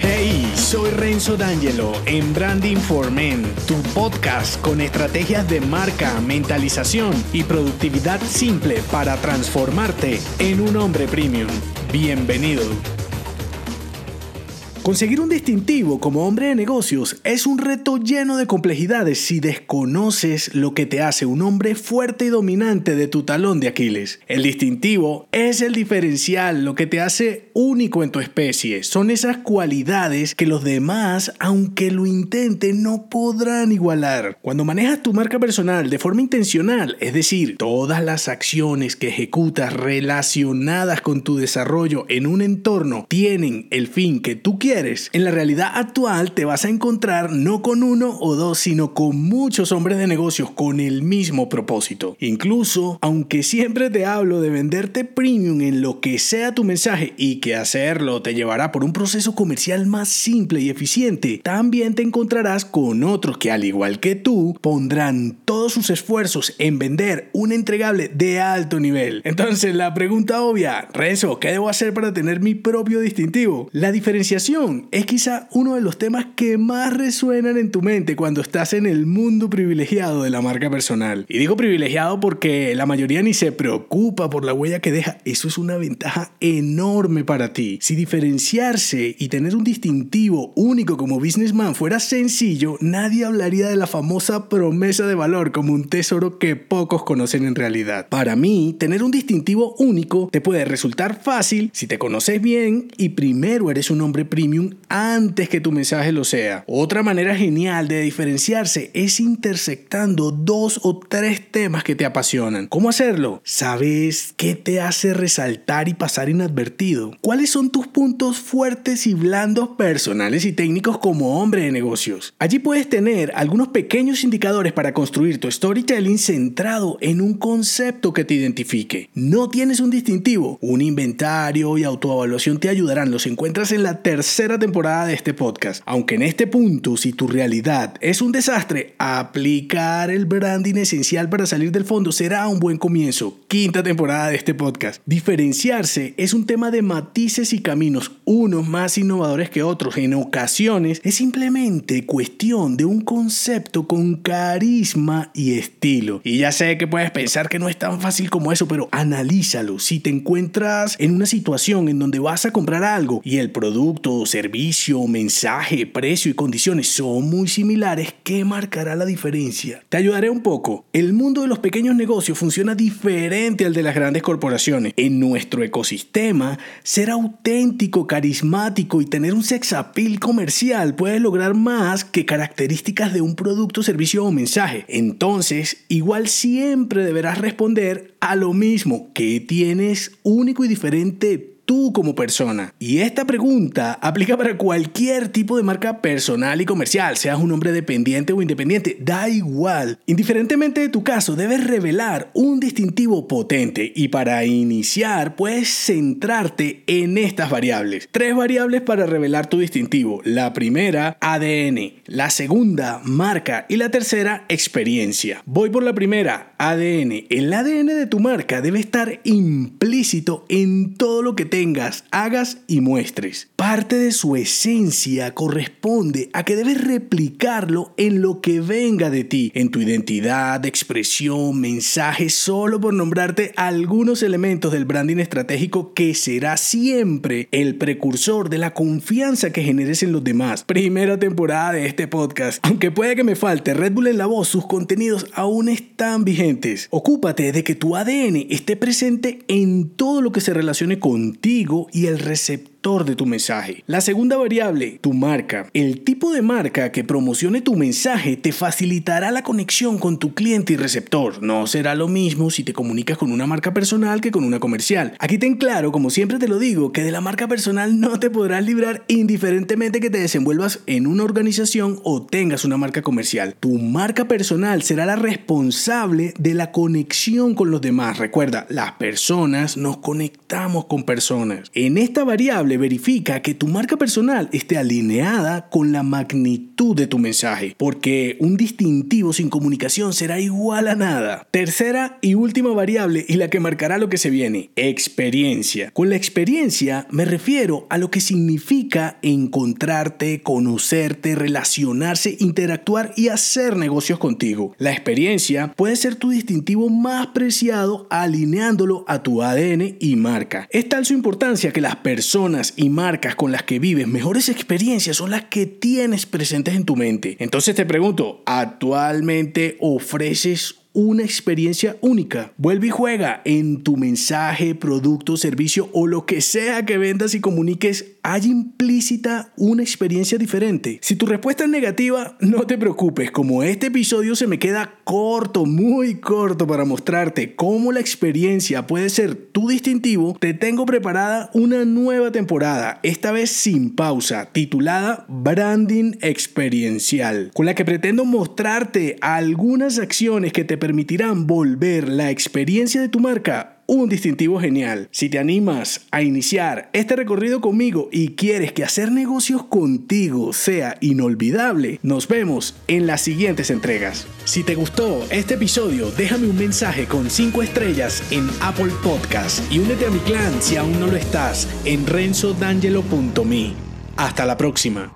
Hey, soy Renzo D'Angelo en Branding for Men, tu podcast con estrategias de marca, mentalización y productividad simple para transformarte en un hombre premium. Bienvenido. Conseguir un distintivo como hombre de negocios es un reto lleno de complejidades si desconoces lo que te hace un hombre fuerte y dominante de tu talón de Aquiles. El distintivo es el diferencial, lo que te hace único en tu especie. Son esas cualidades que los demás, aunque lo intenten, no podrán igualar. Cuando manejas tu marca personal de forma intencional, es decir, todas las acciones que ejecutas relacionadas con tu desarrollo en un entorno tienen el fin que tú quieres, en la realidad actual te vas a encontrar no con uno o dos, sino con muchos hombres de negocios con el mismo propósito. Incluso, aunque siempre te hablo de venderte premium en lo que sea tu mensaje y que hacerlo te llevará por un proceso comercial más simple y eficiente, también te encontrarás con otros que, al igual que tú, pondrán todos sus esfuerzos en vender un entregable de alto nivel. Entonces, la pregunta obvia, Renzo, ¿qué debo hacer para tener mi propio distintivo? La diferenciación es quizá uno de los temas que más resuenan en tu mente cuando estás en el mundo privilegiado de la marca personal. Y digo privilegiado porque la mayoría ni se preocupa por la huella que deja. Eso es una ventaja enorme para ti. Si diferenciarse y tener un distintivo único como businessman fuera sencillo, nadie hablaría de la famosa promesa de valor como un tesoro que pocos conocen en realidad. Para mí, tener un distintivo único te puede resultar fácil si te conoces bien y primero eres un hombre premium antes que tu mensaje lo sea. Otra manera genial de diferenciarse es intersectando 2 o 3 temas que te apasionan. ¿Cómo hacerlo? ¿Sabes qué te hace resaltar y pasar inadvertido? ¿Cuáles son tus puntos fuertes y blandos personales y técnicos como hombre de negocios? Allí puedes tener algunos pequeños indicadores para construir tu storytelling centrado en un concepto que te identifique. ¿No tienes un distintivo? Un inventario y autoevaluación te ayudarán. Los encuentras en la tercera temporada de este podcast. Aunque en este punto, si tu realidad es un desastre, aplicar el branding esencial para salir del fondo será un buen comienzo. Quinta temporada de este podcast. Diferenciarse es un tema de matices y caminos, unos más innovadores que otros. En ocasiones es simplemente cuestión de un concepto con carisma y estilo. Y ya sé que puedes pensar que no es tan fácil como eso, pero analízalo. Si te encuentras en una situación en donde vas a comprar algo y el producto, servicio, mensaje, precio y condiciones son muy similares, ¿qué marcará la diferencia? Te ayudaré un poco. El mundo de los pequeños negocios funciona diferente al de las grandes corporaciones. En nuestro ecosistema, ser auténtico, carismático y tener un sex appeal comercial puede lograr más que características de un producto, servicio o mensaje. Entonces, igual siempre deberás responder a lo mismo. ¿Qué tienes único y diferente tú como persona? Y esta pregunta aplica para cualquier tipo de marca personal y comercial, seas un hombre dependiente o independiente, da igual. Indiferentemente de tu caso, debes revelar un distintivo potente y para iniciar puedes centrarte en estas variables. 3 variables para revelar tu distintivo. La primera, ADN. La segunda, marca. Y la tercera, experiencia. Voy por la primera, ADN. El ADN de tu marca debe estar implícito en todo lo que tengas, hagas y muestres. Parte de su esencia corresponde a que debes replicarlo en lo que venga de ti, en tu identidad, expresión, mensaje, solo por nombrarte algunos elementos del branding estratégico que será siempre el precursor de la confianza que generes en los demás. Primera temporada de este podcast. Aunque puede que me falte Red Bull en la voz, sus contenidos aún están vigentes. Ocúpate de que tu ADN esté presente en todo lo que se relacione contigo y el receptor de tu mensaje. La segunda variable, tu marca. El tipo de marca que promocione tu mensaje te facilitará la conexión con tu cliente y receptor. No será lo mismo si te comunicas con una marca personal que con una comercial. Aquí ten claro, como siempre te lo digo, que de la marca personal no te podrás librar indiferentemente que te desenvuelvas en una organización o tengas una marca comercial. Tu marca personal será la responsable de la conexión con los demás. Recuerda, las personas nos conectamos con personas. En esta variable Siempre verifica que tu marca personal esté alineada con la magnitud de tu mensaje, porque un distintivo sin comunicación será igual a nada. Tercera y última variable, y la que marcará lo que se viene: experiencia. Con la experiencia me refiero a lo que significa encontrarte, conocerte, relacionarse, interactuar y hacer negocios contigo. La experiencia puede ser tu distintivo más preciado, alineándolo a tu ADN y marca. Es tal su importancia que las personas y marcas con las que vives mejores experiencias son las que tienes presentes en tu mente. Entonces te pregunto, ¿actualmente ofreces una experiencia única? Vuelve y juega en tu mensaje, producto, servicio o lo que sea que vendas y comuniques. ¿Hay implícita una experiencia diferente? Si tu respuesta es negativa, no te preocupes. Como este episodio se me queda corto, muy corto para mostrarte cómo la experiencia puede ser tu distintivo, te tengo preparada una nueva temporada, esta vez sin pausa, titulada Branding Experiencial, con la que pretendo mostrarte algunas acciones que te permitirán volver la experiencia de tu marca un distintivo genial. Si te animas a iniciar este recorrido conmigo y quieres que hacer negocios contigo sea inolvidable, nos vemos en las siguientes entregas. Si te gustó este episodio, déjame un mensaje con 5 estrellas en Apple Podcast y únete a mi clan si aún no lo estás en renzodangelo.me. Hasta la próxima.